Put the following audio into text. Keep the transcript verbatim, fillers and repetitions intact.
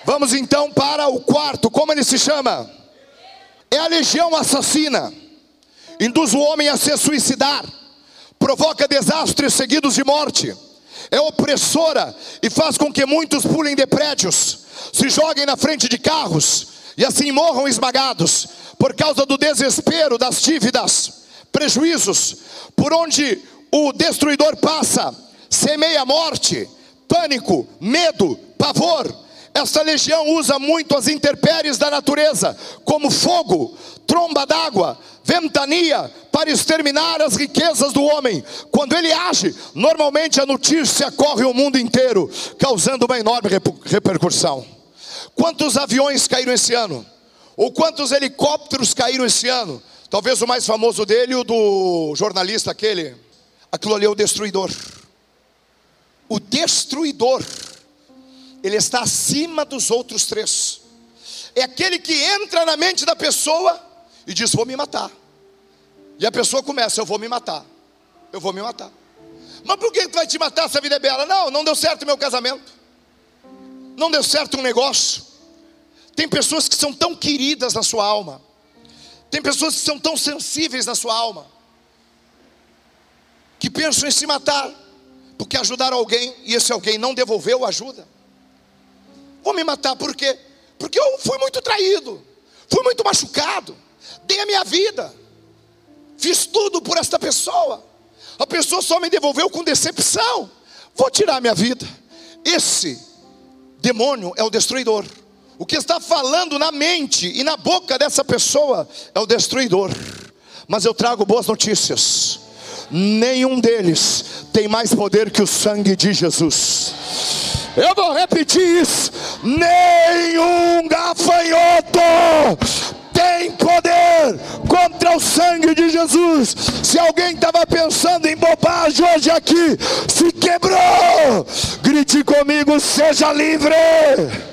Vamos então para o quarto. Como ele se chama? É a legião assassina. Induz o homem a se suicidar, provoca desastres seguidos de morte, é opressora e faz com que muitos pulem de prédios, se joguem na frente de carros e assim morram esmagados por causa do desespero, das dívidas, prejuízos. Por onde o destruidor passa, semeia morte, pânico, medo, pavor. Esta legião usa muito as intempéries da natureza, como fogo, tromba d'água, ventania, para exterminar as riquezas do homem. Quando ele age, normalmente a notícia corre o mundo inteiro, causando uma enorme repercussão. Quantos aviões caíram esse ano? Ou quantos helicópteros caíram esse ano? Talvez o mais famoso dele, o do jornalista aquele. Aquilo ali é o destruidor. O destruidor, ele está acima dos outros três. É aquele que entra na mente da pessoa e diz: vou me matar. E a pessoa começa: eu vou me matar, eu vou me matar. Mas por que tu vai te matar se a vida é bela? Não, não deu certo o meu casamento, não deu certo um negócio. Tem pessoas que são tão queridas na sua alma, tem pessoas que são tão sensíveis na sua alma, que pensam em se matar, porque ajudaram alguém e esse alguém não devolveu a ajuda. Vou me matar por quê? Porque eu fui muito traído, fui muito machucado, dei a minha vida, fiz tudo por esta pessoa, a pessoa só me devolveu com decepção, vou tirar a minha vida. Esse demônio é o destruidor. O que está falando na mente e na boca dessa pessoa é o destruidor. Mas eu trago boas notícias: nenhum deles tem mais poder que o sangue de Jesus. Eu vou repetir isso: nenhum gafanhoto tem poder contra o sangue de Jesus. Se alguém estava pensando em bobagem hoje aqui, se quebrou. Grite comigo: seja livre.